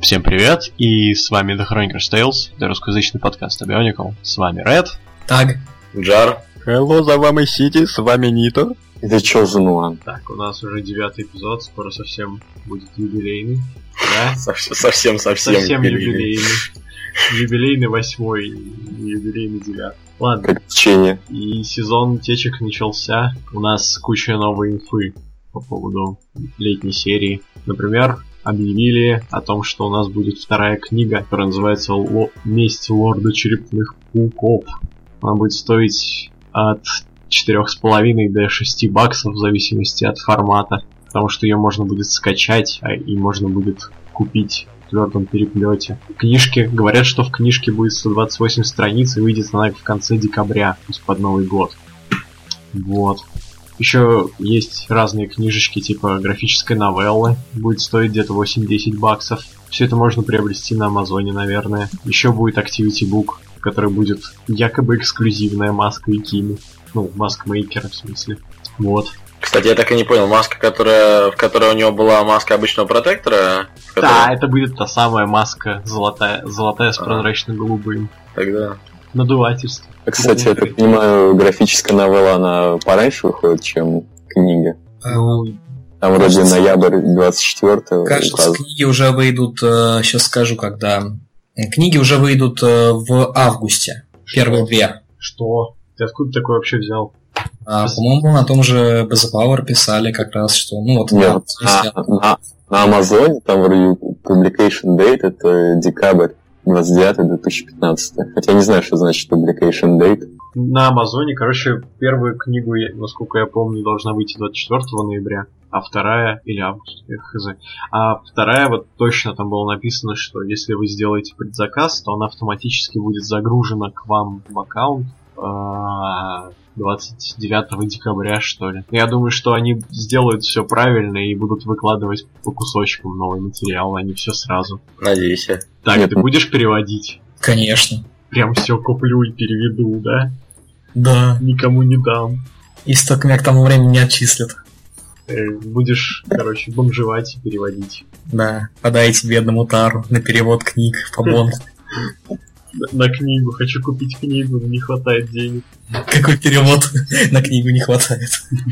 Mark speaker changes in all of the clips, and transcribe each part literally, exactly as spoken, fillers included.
Speaker 1: Всем привет, и с вами The Chronicles Tales, это русскоязычный подкаст Bionicle. С вами Ред,
Speaker 2: Так,
Speaker 3: Джар.
Speaker 4: Hello, за вами Сити, с вами Нито.
Speaker 3: Это Chosen One.
Speaker 1: Так, у нас уже девятый эпизод, скоро совсем будет юбилейный. Да?
Speaker 3: Совсем, совсем,
Speaker 1: совсем юбилейный. Юбилейный восьмой, юбилейный девятый. Ладно.
Speaker 3: Как течение.
Speaker 1: И сезон течек начался. У нас куча новой инфы по поводу летней серии. Например, объявили о том, что у нас будет вторая книга, которая называется Ло... «Месть лорда черепных пауков». Она будет стоить от четырёх с половиной до шести баксов в зависимости от формата, потому что ее можно будет скачать, а и можно будет купить в твердом переплете. Книжки, говорят, что в книжке будет сто двадцать восемь страниц и выйдет она в конце декабря, то есть под Новый год. Вот. Еще есть разные книжечки, типа графической новеллы, будет стоить где-то восемь-десять баксов. Все это можно приобрести на Амазоне, наверное. Еще будет Activity Book, который будет якобы эксклюзивная маска Икими. Ну, маска мейкера, в смысле. Вот.
Speaker 3: Кстати, я так и не понял, маска, которая, в которой у него была маска обычного протектора? Которой...
Speaker 1: Да, это будет та самая маска золотая, золотая с прозрачно-голубым.
Speaker 3: Тогда...
Speaker 1: Надувательство.
Speaker 5: Кстати, я так понимаю, графическая новелла, она пораньше выходит, чем книга.
Speaker 2: Ну,
Speaker 5: Там вроде ноябрь двадцать четвёртого.
Speaker 2: кажется,
Speaker 5: указ.
Speaker 2: книги уже выйдут, э, сейчас скажу, когда. Книги уже выйдут э, в августе. Первые две.
Speaker 1: Что? Ты откуда такое вообще взял?
Speaker 2: А, по-моему, на том же би зет Power писали как раз, что... Ну, вот,
Speaker 5: Нет,
Speaker 2: да,
Speaker 5: на, на, на Амазоне там вроде publication date это декабрь двадцать девятый две тысячи пятнадцатый. Хотя я не знаю, что значит publication date.
Speaker 1: На Амазоне, короче, первую книгу, насколько я помню, должна выйти двадцать четвёртого ноября, а вторая, или август, я хз. А вторая, вот точно там было написано, что если вы сделаете предзаказ, то она автоматически будет загружена к вам в аккаунт двадцать девятого декабря, что ли. Я думаю, что они сделают все правильно и будут выкладывать по кусочкам новый материал, а не все сразу.
Speaker 3: Надеюсь.
Speaker 1: Так,
Speaker 5: Нет.
Speaker 1: ты будешь переводить?
Speaker 2: Конечно.
Speaker 1: Прям все куплю и переведу, да?
Speaker 2: Да.
Speaker 1: Никому не дам.
Speaker 2: Если только меня к тому времени не отчислят.
Speaker 1: Э, Будешь, короче, бомжевать и переводить.
Speaker 2: Да. Подайте бедному Тару на перевод книг по бонусу.
Speaker 1: На книгу. Хочу купить книгу, но не хватает денег.
Speaker 2: Какой перевод на книгу не хватает?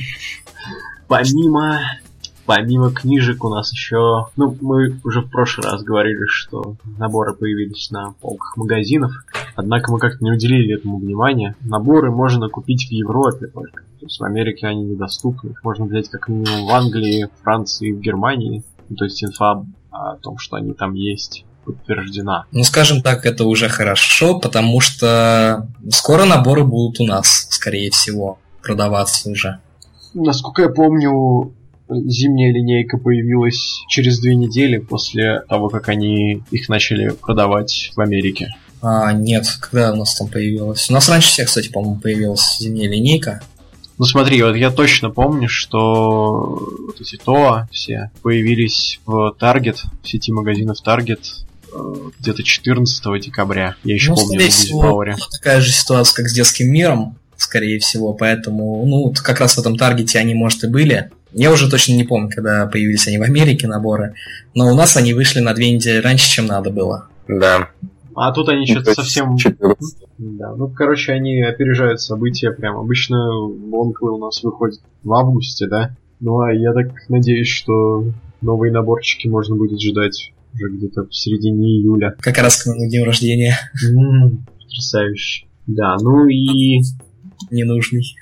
Speaker 1: Помимо... Помимо книжек у нас еще... Ну, мы уже в прошлый раз говорили, что наборы появились на полках магазинов. Однако мы как-то не уделили этому внимания. Наборы можно купить в Европе только. То есть в Америке они недоступны. Их можно взять как минимум в Англии, Франции, в Германии. Ну, то есть инфа о том, что они там есть, подтверждена.
Speaker 2: Ну, скажем так, это уже хорошо, потому что скоро наборы будут у нас, скорее всего, продаваться уже.
Speaker 1: Насколько я помню, зимняя линейка появилась через две недели после того, как они их начали продавать в Америке.
Speaker 2: А, нет, когда у нас там появилась? У нас раньше всех, кстати, по-моему, появилась зимняя линейка.
Speaker 1: Ну смотри, вот я точно помню, что вот эти ТОА все появились в Target, в сети магазинов Target где-то четырнадцатого декабря. Я еще
Speaker 2: ну,
Speaker 1: помню,
Speaker 2: скорее
Speaker 1: в
Speaker 2: всего,
Speaker 1: Бизбауэре.
Speaker 2: такая же ситуация, как с детским миром, скорее всего, поэтому, ну, вот как раз в этом Таргете они, может, и были. Я уже точно не помню, когда появились они в Америке, наборы, но у нас они вышли на две недели раньше, чем надо было.
Speaker 3: Да.
Speaker 1: А тут они что-то совсем...
Speaker 5: четырнадцатого.
Speaker 1: Да, ну, короче, они опережают события прям. Обычно Бонклы у нас выходят в августе, да? Ну, а я так надеюсь, что новые наборчики можно будет ждать уже где-то в середине июля.
Speaker 2: Как раз к моему дню рождения.
Speaker 1: М-м, потрясающе. Да, ну и...
Speaker 2: Ненужный.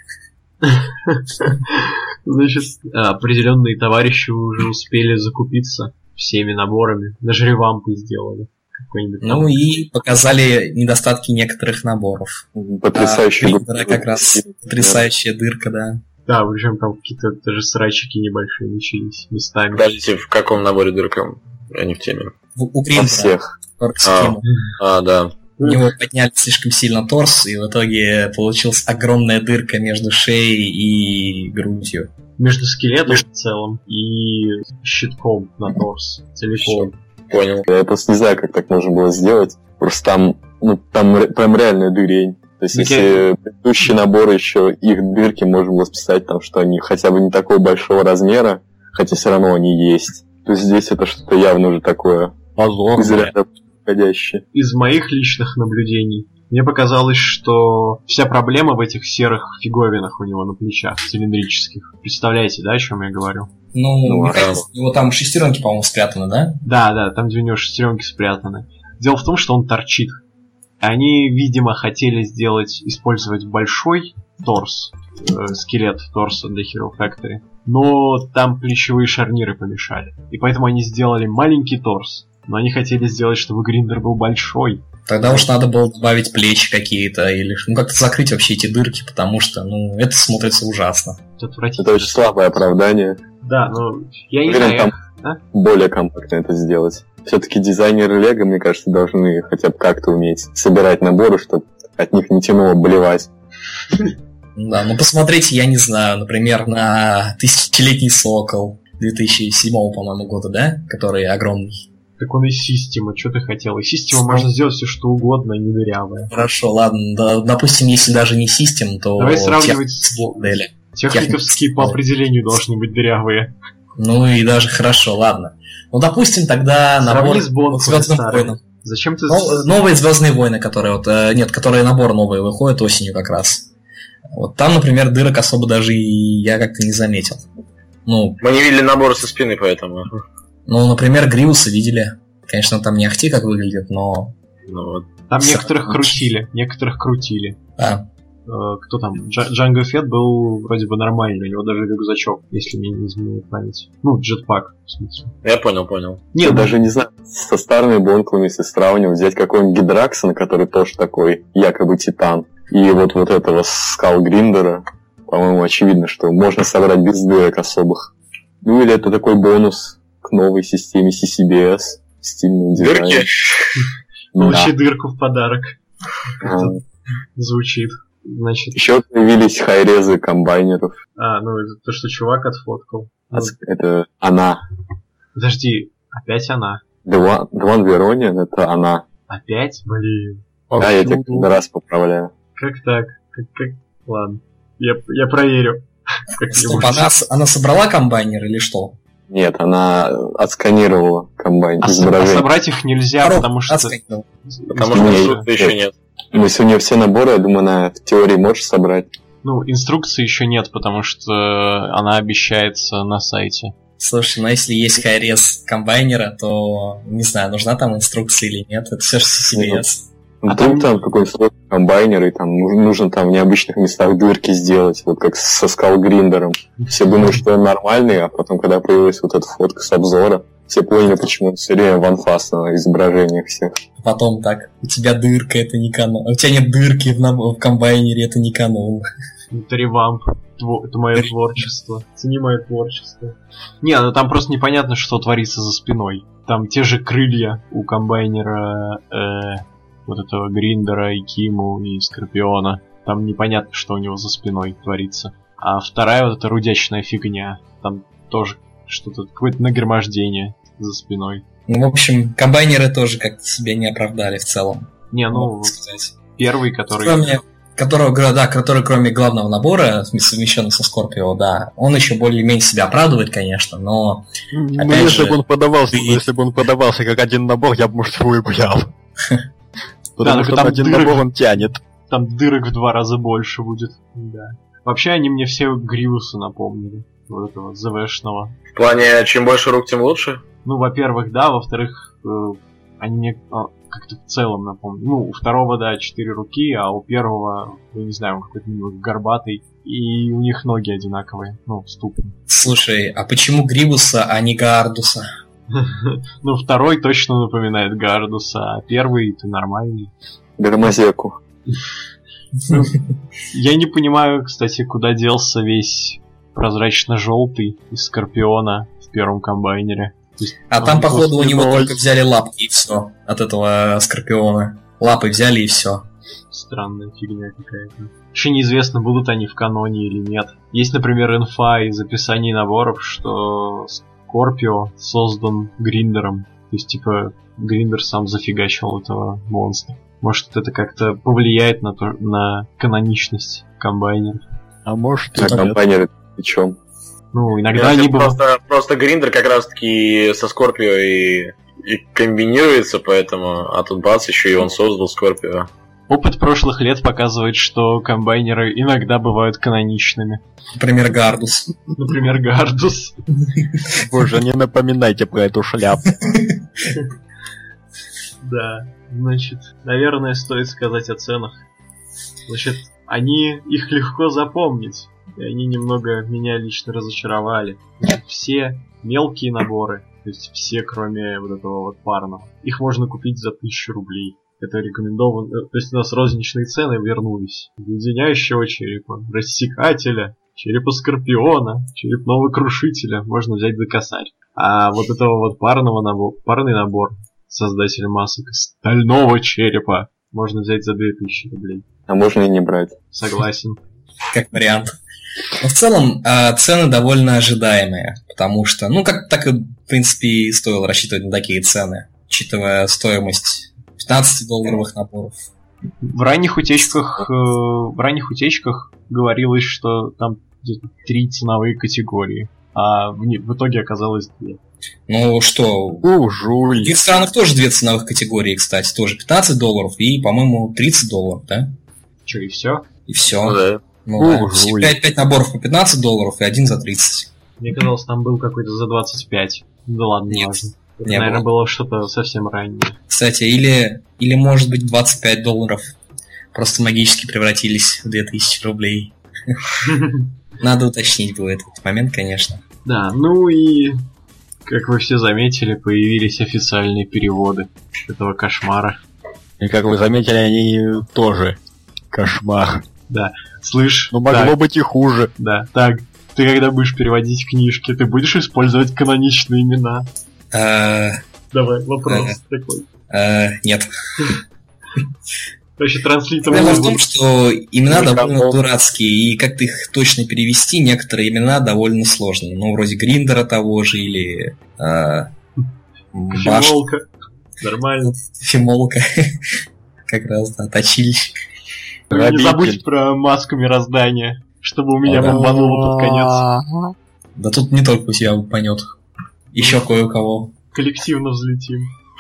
Speaker 1: Значит, определенные товарищи уже успели закупиться всеми наборами. Даже ревампы сделали. Какой-нибудь там.
Speaker 2: Ну и показали недостатки некоторых наборов.
Speaker 5: Потрясающий.
Speaker 2: А, принтера как раз потрясающая дырка, да.
Speaker 1: Да, причем там какие-то даже срачики небольшие начались местами.
Speaker 3: Подождите, в каком наборе дырка? Я не в теме.
Speaker 2: У, у
Speaker 5: Во
Speaker 2: принтера.
Speaker 5: всех.
Speaker 3: А, а, да.
Speaker 2: У него подняли слишком сильно торс, и в итоге получилась огромная дырка между шеей и грудью.
Speaker 1: Между скелетом в целом и щитком на торс целиком.
Speaker 3: Понял.
Speaker 5: Я просто не знаю, как так можно было сделать. Просто там, ну, там ре- прям реальная дырень. То есть,
Speaker 1: Так
Speaker 5: если
Speaker 1: я-
Speaker 5: предыдущий набор еще их дырки можно было списать, там, что они хотя бы не такого большого размера, хотя все равно они есть. То есть здесь это что-то явно уже такое
Speaker 4: Позор.
Speaker 5: Из ряда подходящие.
Speaker 1: Из моих личных наблюдений мне показалось, что вся проблема в этих серых фиговинах у него на плечах, цилиндрических. Представляете, да, о чем я говорю?
Speaker 2: Ну,
Speaker 5: Ну,
Speaker 2: механизм, у него там шестеренки, по-моему, спрятаны, да?
Speaker 1: Да, да, там где у него шестеренки спрятаны. Дело в том, что он торчит. Они, видимо, хотели сделать, использовать большой торс, э, скелет торса для Hero Factory, но там плечевые шарниры помешали. И поэтому они сделали маленький торс, но они хотели сделать, чтобы Гриндер был большой.
Speaker 2: Тогда уж надо было добавить плечи какие-то, или ну как-то закрыть вообще эти дырки, потому что, ну, это смотрится ужасно.
Speaker 1: Это отвратительно.
Speaker 5: Это очень слабое оправдание.
Speaker 1: Да, ну, я не
Speaker 5: Уверен,
Speaker 1: знаю.
Speaker 5: там
Speaker 1: а?
Speaker 5: более компактно это сделать. Все-таки дизайнеры Лего, мне кажется, должны хотя бы как-то уметь собирать наборы, чтобы от них не тянуло блевать.
Speaker 2: Да, ну посмотрите, я не знаю, например, на тысячелетний сокол две тысячи седьмого, по-моему, года, да? Который огромный.
Speaker 1: Так он из системы, что ты хотел? Из системы можно сделать все что угодно, не дырявое.
Speaker 2: Хорошо, ладно, да, допустим, если даже не систем, то...
Speaker 1: Давай сравнивать
Speaker 2: с модели.
Speaker 1: Техниковские по определению должны быть дырявые.
Speaker 2: Ну и даже хорошо, ладно. Ну, допустим, тогда
Speaker 1: Сравни
Speaker 2: набор
Speaker 1: с Бонком
Speaker 2: Звездным
Speaker 1: старым.
Speaker 2: войнам.
Speaker 1: Зачем ты...
Speaker 2: Но- новые Звездные войны, которые вот. э, Нет, которые набор новые выходят осенью как раз. Вот там, например, дырок особо даже и я как-то не заметил. Ну,
Speaker 3: Мы не видели набор со спины, поэтому.
Speaker 2: ну, например, Гриуса видели. Конечно, там не ахти как выглядит, но.
Speaker 3: Ну, вот.
Speaker 1: Там
Speaker 2: Сам-
Speaker 1: некоторых крутили, некоторых крутили.
Speaker 2: Да.
Speaker 1: Э, Кто там? Джа- Джанго Фетт был вроде бы нормальный, у него даже рюкзачок, если мне не изменяет память. Ну, джетпак, в смысле.
Speaker 3: Я понял, понял.
Speaker 5: Я
Speaker 1: Нет,
Speaker 5: даже не знаю, со старыми бонклами, если сравнивать, взять какой-нибудь Гидраксона, который тоже такой якобы титан, и вот, вот этого Скал Гриндера, по-моему, очевидно, что можно собрать без дырок особых. Ну или это такой бонус к новой системе си си би эс, стильный дизайн.
Speaker 3: Дырки?
Speaker 1: получи дырку в подарок.
Speaker 5: Ага.
Speaker 1: Звучит. Значит,
Speaker 5: Еще появились хайрезы комбайнеров.
Speaker 1: а, ну это то, что чувак отфоткал. Ну,
Speaker 5: Это она.
Speaker 1: подожди, опять она?
Speaker 5: Деван Верониан, это она.
Speaker 1: Опять? Блин.
Speaker 5: Да, я тебя каждый раз поправляю.
Speaker 1: Как так? Как, как... Ладно. Я, я проверю.
Speaker 2: Стоп,
Speaker 1: Как-нибудь.
Speaker 2: она, с- она собрала комбайнер или что?
Speaker 5: Нет, она отсканировала комбайн
Speaker 1: А, со- а
Speaker 5: изображение.
Speaker 1: собрать их нельзя,
Speaker 2: Коробку
Speaker 1: потому что...
Speaker 2: отсканировала.
Speaker 3: Потому что
Speaker 5: Не,
Speaker 3: инструкции
Speaker 5: нет.
Speaker 3: еще нет.
Speaker 5: Ну, если у нее все наборы, я думаю, она в теории может собрать.
Speaker 1: Ну, инструкции еще нет, потому что она обещается на сайте.
Speaker 2: Слушай, ну если есть хайрез комбайнера, то не знаю, нужна там инструкция или нет. Это все же си си би эс.
Speaker 1: А
Speaker 5: Вдруг
Speaker 1: там-
Speaker 5: там какой-нибудь сложный комбайнер, и там ну- нужно там в необычных местах дырки сделать, вот как со скалгриндером. Все думают, что он нормальный, а потом, когда появилась вот эта фотка с обзора, все поняли, почему он все время ванфас на изображениях всех.
Speaker 2: Потом так, у тебя дырка, это не канон. У тебя нет дырки в, наб- в комбайнере, это не канон.
Speaker 1: Это ревамп. Тво- Это мое творчество. Цени мое творчество. Не, ну там просто непонятно, что творится за спиной. Там те же крылья у комбайнера, э, вот этого Гриндера, и Киму, и Скорпиона. Там непонятно, что у него за спиной творится. А вторая вот эта рудячная фигня. Там тоже что-то, какое-то нагромождение за спиной.
Speaker 2: Ну, в общем, комбайнеры тоже как-то себя не оправдали в целом.
Speaker 1: Не, ну,
Speaker 2: можно сказать.
Speaker 1: первый, который...
Speaker 2: Кроме которого, гра- да, который кроме главного набора, совмещенный со Скорпио, да, он еще более-менее себя оправдывает, конечно, но
Speaker 4: Ну,
Speaker 2: Опять
Speaker 4: если
Speaker 2: же,
Speaker 4: бы он подавался,
Speaker 2: ты-
Speaker 4: если бы он подавался как один набор, я бы, может, его и взял. Потому
Speaker 1: только
Speaker 4: что
Speaker 1: там
Speaker 4: на один
Speaker 1: дырок.
Speaker 4: набор он тянет.
Speaker 1: Там дырок в два раза больше будет. Да. Вообще они мне все Гривуса напомнили. Вот этого ЗВшного.
Speaker 3: В плане, чем больше рук, тем лучше.
Speaker 1: Ну, во-первых, да, во-вторых, э, они мне а, как-то в целом напомнили. Ну, у второго, да, четыре руки, а у первого, я не знаю, он какой-то немного горбатый. И у них ноги одинаковые, ну, ступни.
Speaker 2: слушай, а почему Грибуса, а не Гардуса?
Speaker 1: Ну, второй точно напоминает Гардуса, а первый ты нормальный.
Speaker 5: Громозеку.
Speaker 1: Я не понимаю, кстати, куда делся весь прозрачно-желтый из Скорпиона в первом комбайнере. То есть,
Speaker 2: А там,
Speaker 1: он
Speaker 2: походу, у
Speaker 1: просто
Speaker 2: него
Speaker 1: ноль.
Speaker 2: только взяли лапки и все от этого Скорпиона. Лапы взяли и все.
Speaker 1: Странная фигня какая-то. Еще неизвестно, будут они в каноне или нет. Есть, например, инфа из описаний наборов, что Скорпио создан Гриндером. То есть, типа, Гриндер сам зафигачил этого монстра. Может, это как-то повлияет на, то, на каноничность комбайнеров.
Speaker 4: А может,
Speaker 5: А
Speaker 4: и нет.
Speaker 5: комбайнеры причем?
Speaker 1: Ну, иногда
Speaker 3: Если
Speaker 1: они бывают...
Speaker 3: просто, просто Гриндер как раз таки со Скорпио и и комбинируется, поэтому, а тут бац, еще и он создал Скорпио.
Speaker 1: Опыт прошлых лет показывает, что комбайнеры иногда бывают каноничными.
Speaker 2: Например, Гардус.
Speaker 1: Например, Гардус.
Speaker 4: Боже, не напоминайте про эту шляпу.
Speaker 1: Да, значит, наверное, стоит сказать о ценах. Значит, они, их легко запомнить, и они немного меня лично разочаровали. Значит, все мелкие наборы, то есть все, кроме вот этого вот парного, их можно купить за тысячу рублей. Это рекомендовано. То есть у нас розничные цены вернулись. Леденящего черепа, рассекателя, черепа скорпиона, черепного крушителя можно взять за косарь. А вот этого вот парного набор, парный набор создателя масок стального черепа можно взять за две тысячи рублей.
Speaker 5: А можно и не брать.
Speaker 1: Согласен.
Speaker 2: Как вариант. Но в целом цены довольно ожидаемые, потому что, ну, как так и, в принципе, и стоило рассчитывать на такие цены, учитывая стоимость пятнадцатидолларовых наборов.
Speaker 1: В ранних утечках, э, в ранних утечках говорилось, что там где-то три ценовые категории, а в, не, в итоге оказалось две.
Speaker 2: Ну что,
Speaker 4: У, жуль.
Speaker 2: в других странах тоже две ценовых категории, кстати, тоже пятнадцать долларов и, по-моему, тридцать долларов, да?
Speaker 1: Че, и все?
Speaker 2: И все.
Speaker 3: Ну да.
Speaker 2: Ну,
Speaker 4: Ух,
Speaker 2: да.
Speaker 4: жуль.
Speaker 2: пять, пять наборов по пятнадцать долларов и один за тридцать.
Speaker 1: Мне казалось, там был какой-то за двадцать пять. Да ладно, не
Speaker 2: Нет,
Speaker 1: важно. Это,
Speaker 2: не
Speaker 1: наверное,
Speaker 2: было.
Speaker 1: было что-то совсем раннее.
Speaker 2: Кстати, или, или может быть двадцать пять долларов просто магически превратились в две тысячи рублей. Надо уточнить было этот момент, конечно.
Speaker 1: Да, ну и, как вы все заметили, появились официальные переводы этого кошмара.
Speaker 4: И как вы заметили, они тоже кошмар.
Speaker 1: Да, слышь,
Speaker 4: Но могло
Speaker 1: так,
Speaker 4: быть и хуже.
Speaker 1: да, так, ты когда будешь переводить книжки, ты будешь использовать каноничные имена?
Speaker 2: Э,
Speaker 1: Давай, вопрос
Speaker 2: Э.
Speaker 1: такой.
Speaker 2: э, Нет.
Speaker 1: Вообще, транслитом
Speaker 2: Дело в том, что имена
Speaker 3: Ну,
Speaker 2: довольно
Speaker 3: там,
Speaker 2: дурацкие, и как-то их точно перевести, некоторые имена довольно сложные. Ну, вроде Гриндера того же, или э, Баш...
Speaker 1: Фимолка. Нормально.
Speaker 2: Фимолка. Как раз, да, точильщик.
Speaker 1: Ну, не
Speaker 4: Грабитель.
Speaker 1: забудь про маску мироздания, чтобы у меня
Speaker 2: Ага.
Speaker 1: бомбануло под конец.
Speaker 2: Да тут не только у тебя упадет. Еще кое-у-кого.
Speaker 1: Коллективно взлетим.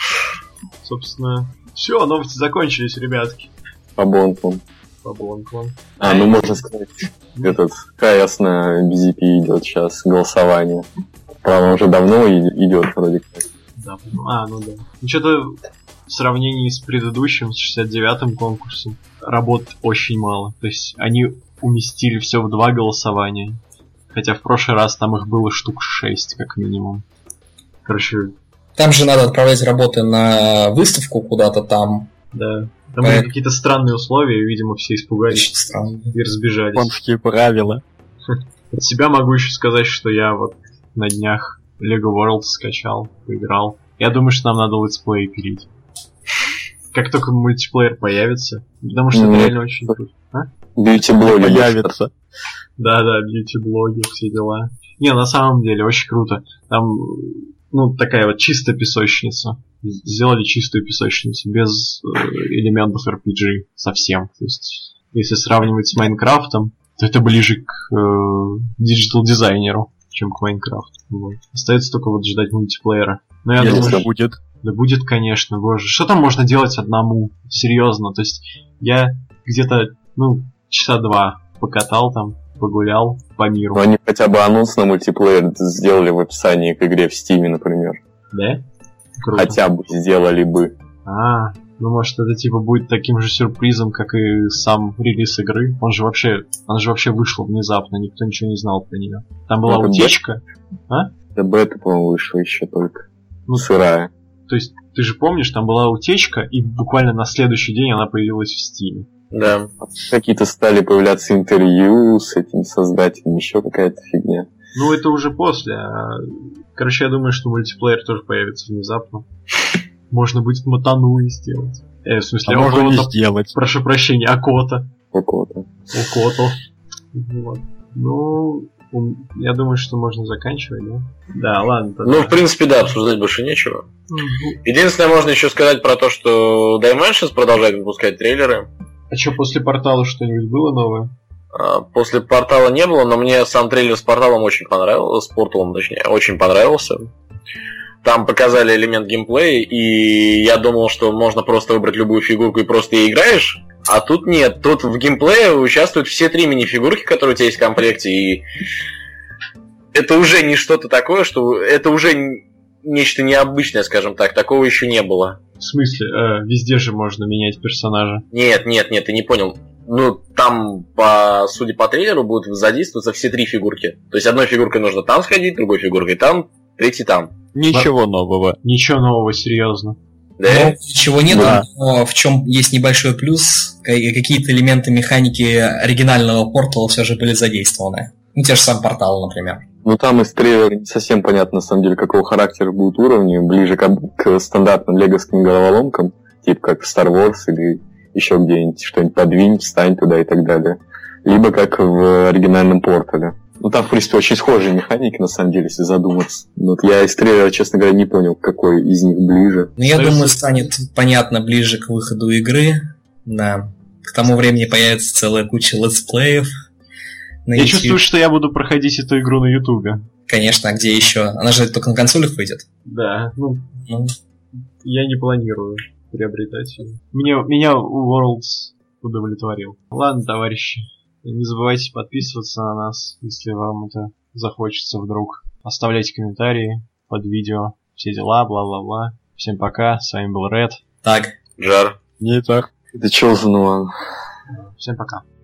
Speaker 1: Собственно, все, новости закончились, ребятки.
Speaker 5: По бонкам.
Speaker 1: По бланкам.
Speaker 5: А, ну можно сказать, этот КС на би зет пи идет сейчас, голосование. Правда, уже давно и- идет вроде как.
Speaker 1: Да, ну, а, ну да. Ну что-то в сравнении с предыдущим, с шестьдесят девятым конкурсом, работ очень мало. То есть они уместили все в два голосования. Хотя в прошлый раз там их было штук шесть, как минимум. Короче,
Speaker 2: Там же надо отправлять работы на выставку куда-то там.
Speaker 1: да. Там
Speaker 2: Э.
Speaker 1: были какие-то странные условия, и, видимо, все испугались
Speaker 2: Очень странно.
Speaker 1: и разбежались.
Speaker 4: Японские правила.
Speaker 1: От себя могу еще сказать, что я вот на днях Lego World скачал, поиграл. Я думаю, что нам надо летсплей пилить. Как только мультиплеер появится. Потому что
Speaker 5: Ну,
Speaker 1: это реально очень круто. А?
Speaker 5: Бьюти-блоги
Speaker 4: Появится.
Speaker 1: Да-да, бьюти-блоги, все дела. Не, на самом деле, очень круто. Там, ну, такая вот чистая песочница. Сделали чистую песочницу, без э, элементов эр пи джи совсем. То есть, если сравнивать с Майнкрафтом, то это ближе к диджитал-дизайнеру, чем к Майнкрафту. Вот. Остается только вот ждать мультиплеера. Но я
Speaker 4: Если
Speaker 1: думаю, что...
Speaker 4: будет.
Speaker 1: Да будет, конечно, боже. Что там можно делать одному? Серьезно. То есть я где-то, ну, часа два покатал там, погулял по миру.
Speaker 5: Но они хотя бы анонс на мультиплеер сделали в описании к игре в Стиме, например.
Speaker 1: Да? Круто.
Speaker 5: Хотя бы сделали бы.
Speaker 1: А, ну может это типа будет таким же сюрпризом, как и сам релиз игры. Он же вообще, она же вообще вышла внезапно, никто ничего не знал про нее. Там была
Speaker 5: Ну, это
Speaker 1: утечка. А?
Speaker 5: Да бета, по-моему, вышла еще только.
Speaker 1: Ну,
Speaker 5: Сырая.
Speaker 1: То есть, ты же помнишь, там была утечка, и буквально на следующий день она появилась в Стиме.
Speaker 3: Да.
Speaker 5: Какие-то стали появляться интервью с этим создателем, еще какая-то фигня.
Speaker 1: Ну, это уже после. а- Короче, я думаю, что мультиплеер тоже появится внезапно. Можно будет Матануи сделать. Э, в смысле,
Speaker 4: А можно не
Speaker 1: Окото.
Speaker 4: сделать.
Speaker 1: Прошу прощения, Акота.
Speaker 5: Какого-то.
Speaker 1: Окото. Вот. Ну, ум- я думаю, что можно заканчивать, да? Да, ладно. тогда.
Speaker 3: Ну, в принципе, да, обсуждать больше нечего.
Speaker 1: Мгм.
Speaker 3: Единственное, можно еще сказать про то, что Dimensions продолжает выпускать трейлеры.
Speaker 1: А что, после портала что-нибудь было новое?
Speaker 3: А, После портала не было, но мне сам трейлер с порталом очень понравился, с порталом, точнее, очень понравился. там показали элемент геймплея, и я думал, что можно просто выбрать любую фигурку и просто ей играешь. А тут нет, тут в геймплее участвуют все три мини-фигурки, которые у тебя есть в комплекте, и это уже не что-то такое, что это уже нечто необычное, скажем так, такого еще не было.
Speaker 1: В смысле, э, везде же можно менять персонажа.
Speaker 3: Нет, нет, нет, ты не понял. Ну, там, по, судя по трейлеру, будут задействоваться все три фигурки. То есть одной фигуркой нужно там сходить, другой фигуркой там, третьей там.
Speaker 4: Ничего нового.
Speaker 1: Ничего нового, серьезно.
Speaker 3: Да?
Speaker 2: Ну, ничего нет,
Speaker 4: Да.
Speaker 2: но в чем есть небольшой плюс, ка- какие-то элементы механики оригинального портала все же были задействованы. Ну, те же сам портал, например.
Speaker 5: Ну там из трейлера не совсем понятно, на самом деле, какого характера будут уровни, ближе к, к стандартным леговским головоломкам, типа как в Star Wars или еще где-нибудь, что-нибудь подвинь, встань туда и так далее. Либо как в оригинальном портале. Ну там, в принципе, очень схожие механики, на самом деле, если задуматься. Вот я из трейлера, честно говоря, не понял, какой из них ближе.
Speaker 2: Ну, я
Speaker 1: Союз-
Speaker 2: думаю, станет понятно ближе к выходу игры. Да. К тому времени появится целая куча летсплеев. на
Speaker 1: Я
Speaker 2: YouTube.
Speaker 1: чувствую, что я буду проходить эту игру на Ютубе.
Speaker 2: Конечно, а где еще? Она же только на консолях выйдет.
Speaker 1: Да, ну,
Speaker 2: Ну,
Speaker 1: я не планирую приобретать ее. Мне, меня Worlds удовлетворил. Ладно, товарищи, не забывайте подписываться на нас, если вам это захочется вдруг. Оставляйте комментарии под видео, все дела, бла-бла-бла. Всем пока, с вами был Ред.
Speaker 2: так.
Speaker 3: Жар.
Speaker 4: Не так.
Speaker 5: Это Chosen One.
Speaker 1: Всем пока.